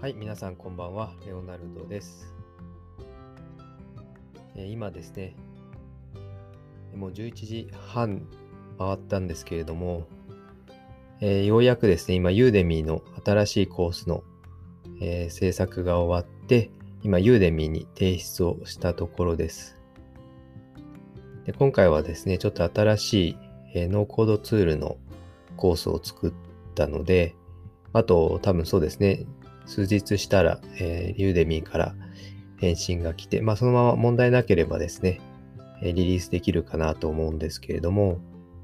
はい、皆さんこんばんは。レオナルドです。今ですね、もう11時半回ったんですけれども、ようやくですね、今、ユーデミーの新しいコースの、制作が終わって、今、ユーデミーに提出をしたところです。で、今回はですね、ちょっと新しい、ノーコードツールのコースを作ったので、あと多分そうですね、数日したら、ユーデミーから返信が来て、そのまま問題なければですね、リリースできるかなと思うんですけれども、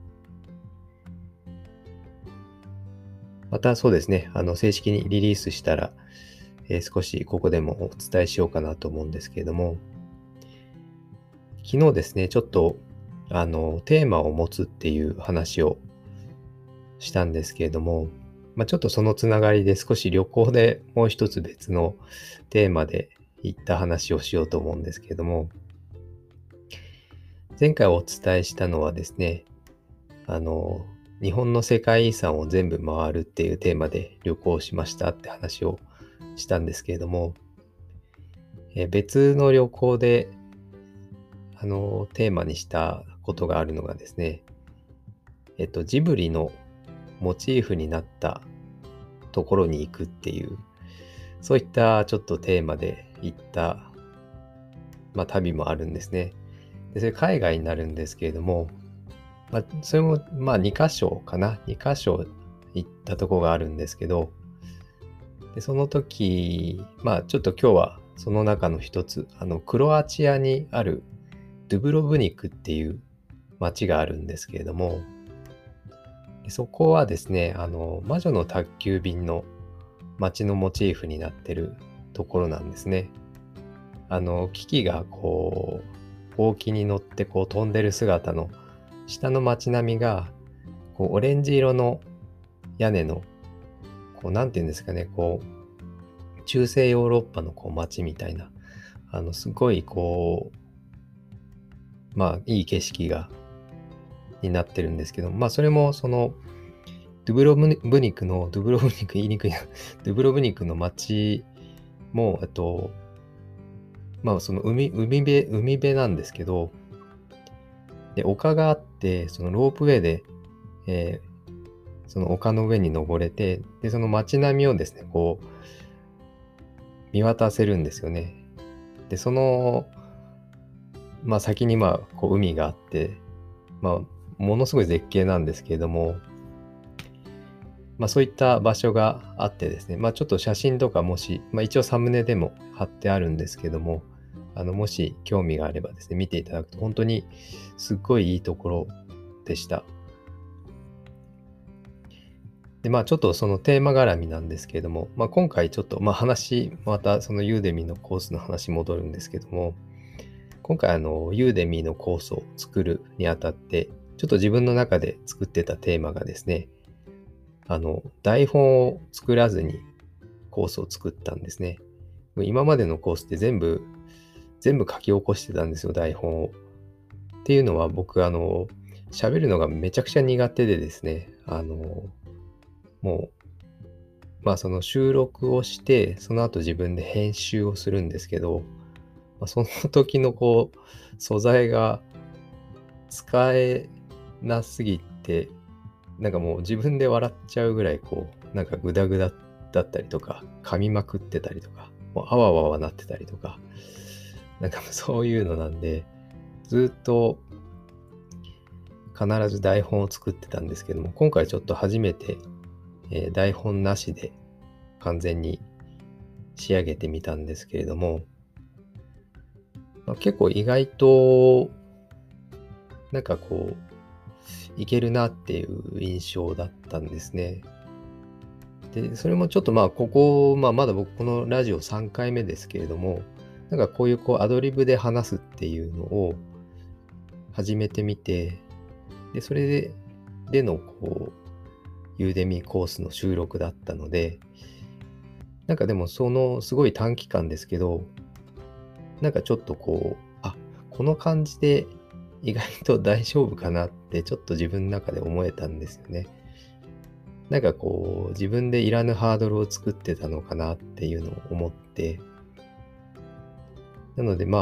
またそうですね、正式にリリースしたら、少しここでもお伝えしようかなと思うんですけれども、昨日ですね、ちょっと、テーマを持つっていう話をしたんですけれども、ちょっとそのつながりで少し旅行でもう一つ別のテーマで行った話をしようと思うんですけれども、前回お伝えしたのはですね、日本の世界遺産を全部回るっていうテーマで旅行しましたって話をしたんですけれども、別の旅行で、テーマにしたことがあるのがですね、ジブリのモチーフになったところに行くっていう、そういったちょっとテーマで行った、旅もあるんですね。で、それ海外になるんですけれども、それも2カ所かな。2カ所行ったとこがあるんですけど、で、その時、ちょっと今日はその中の一つ、クロアチアにあるドゥブロブニクっていう街があるんですけれども、でそこはですね、魔女の宅急便の街のモチーフになってるところなんですね。キキがこう、ほうきに乗ってこう飛んでる姿の下の街並みが、こうオレンジ色の屋根の、こうなんていうんですかね、こう中世ヨーロッパのこう街みたいな、すごいこう、いい景色になってるんですけど、それもそのドゥブロブニク言いにくいな、ドゥブロブニクの街も、その海辺なんですけど、で、丘があって、そのロープウェイで、えーその丘の上に登れて、で、その街並みをですね、こう、見渡せるんですよね。で、その、先にこう、海があって、ものすごい絶景なんですけれども、そういった場所があってですね、ちょっと写真とかもし、一応サムネでも貼ってあるんですけども、もし興味があればですね、見ていただくと本当にすっごいいいところでした。で、ちょっとそのテーマ絡みなんですけれども、今回ちょっと、またそのユーデミーのコースの話戻るんですけども、今回ユーデミーのコースを作るにあたって、ちょっと自分の中で作ってたテーマがですね、台本を作らずにコースを作ったんですね。今までのコースって全部書き起こしてたんですよ、台本を。っていうのは僕、喋るのがめちゃくちゃ苦手でですね、もその収録をして、その後自分で編集をするんですけど、その時のこう、素材が使えなすぎて、なんかもう自分で笑っちゃうぐらいこう、なんかグダグダだったりとか、噛みまくってたりとか、もうあわわわなってたりとか、なんかそういうのなんで、ずっと必ず台本を作ってたんですけども、今回ちょっと初めて、台本なしで完全に仕上げてみたんですけれども、結構意外となんかこういけるなっていう印象だったんですね。で、それもちょっとここ、まだ僕このラジオ3回目ですけれども、なんかこういうこうアドリブで話すっていうのを始めてみて、で、それでのこう、ユーデミコースの収録だったので、なんかでもそのすごい短期間ですけど、なんかちょっとこう、この感じで意外と大丈夫かなってちょっと自分の中で思えたんですよね。 なんかこう、自分でいらぬハードルを作ってたのかなっていうのを思って、なので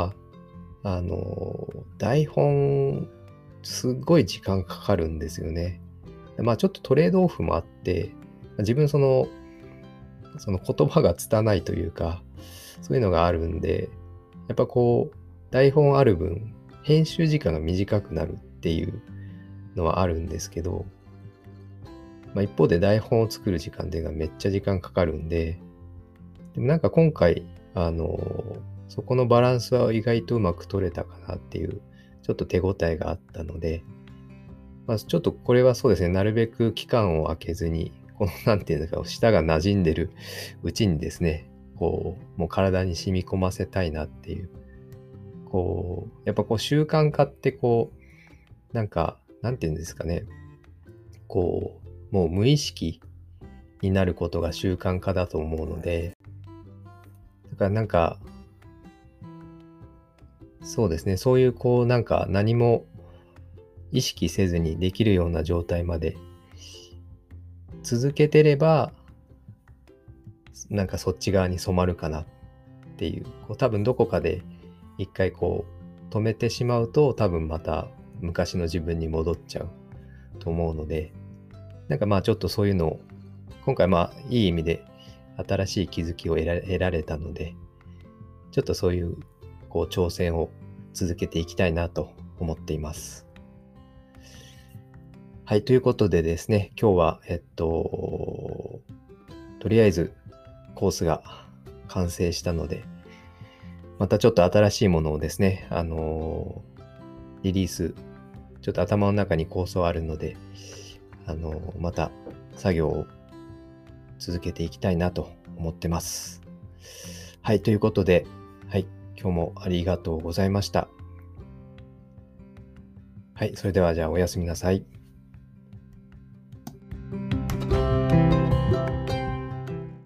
台本、すっごい時間かかるんですよね。ちょっとトレードオフもあって、自分その言葉が拙いというか、そういうのがあるんで、やっぱこう、台本ある分、編集時間が短くなるっていうのはあるんですけど、一方で台本を作る時間っていうのはめっちゃ時間かかるんで、でもなんか今回、そこのバランスは意外とうまく取れたかなっていう、ちょっと手応えがあったので、ちょっとこれはそうですね、なるべく期間を空けずに、なんていうんですか、舌が馴染んでるうちにですね、もう体に染み込ませたいなっていう、やっぱ習慣化ってなんか、なんていうんですかね、もう無意識になることが習慣化だと思うので、だからなんか、そうですね、そういうなんか何も意識せずにできるような状態まで続けてれば、なんかそっち側に染まるかなっていう、多分どこかで一回止めてしまうと、多分また昔の自分に戻っちゃうと思うので、なんかちょっとそういうのを、今回いい意味で新しい気づきを得られたので、ちょっとそういう挑戦を続けていきたいなと思っています。はい、ということでですね、今日はとりあえずコースが完成したので、またちょっと新しいものをですね、リリース、ちょっと頭の中に構想あるので、また作業を続けていきたいなと思ってます。はい、ということで、はい、今日もありがとうございました。はい、それではじゃあおやすみなさい。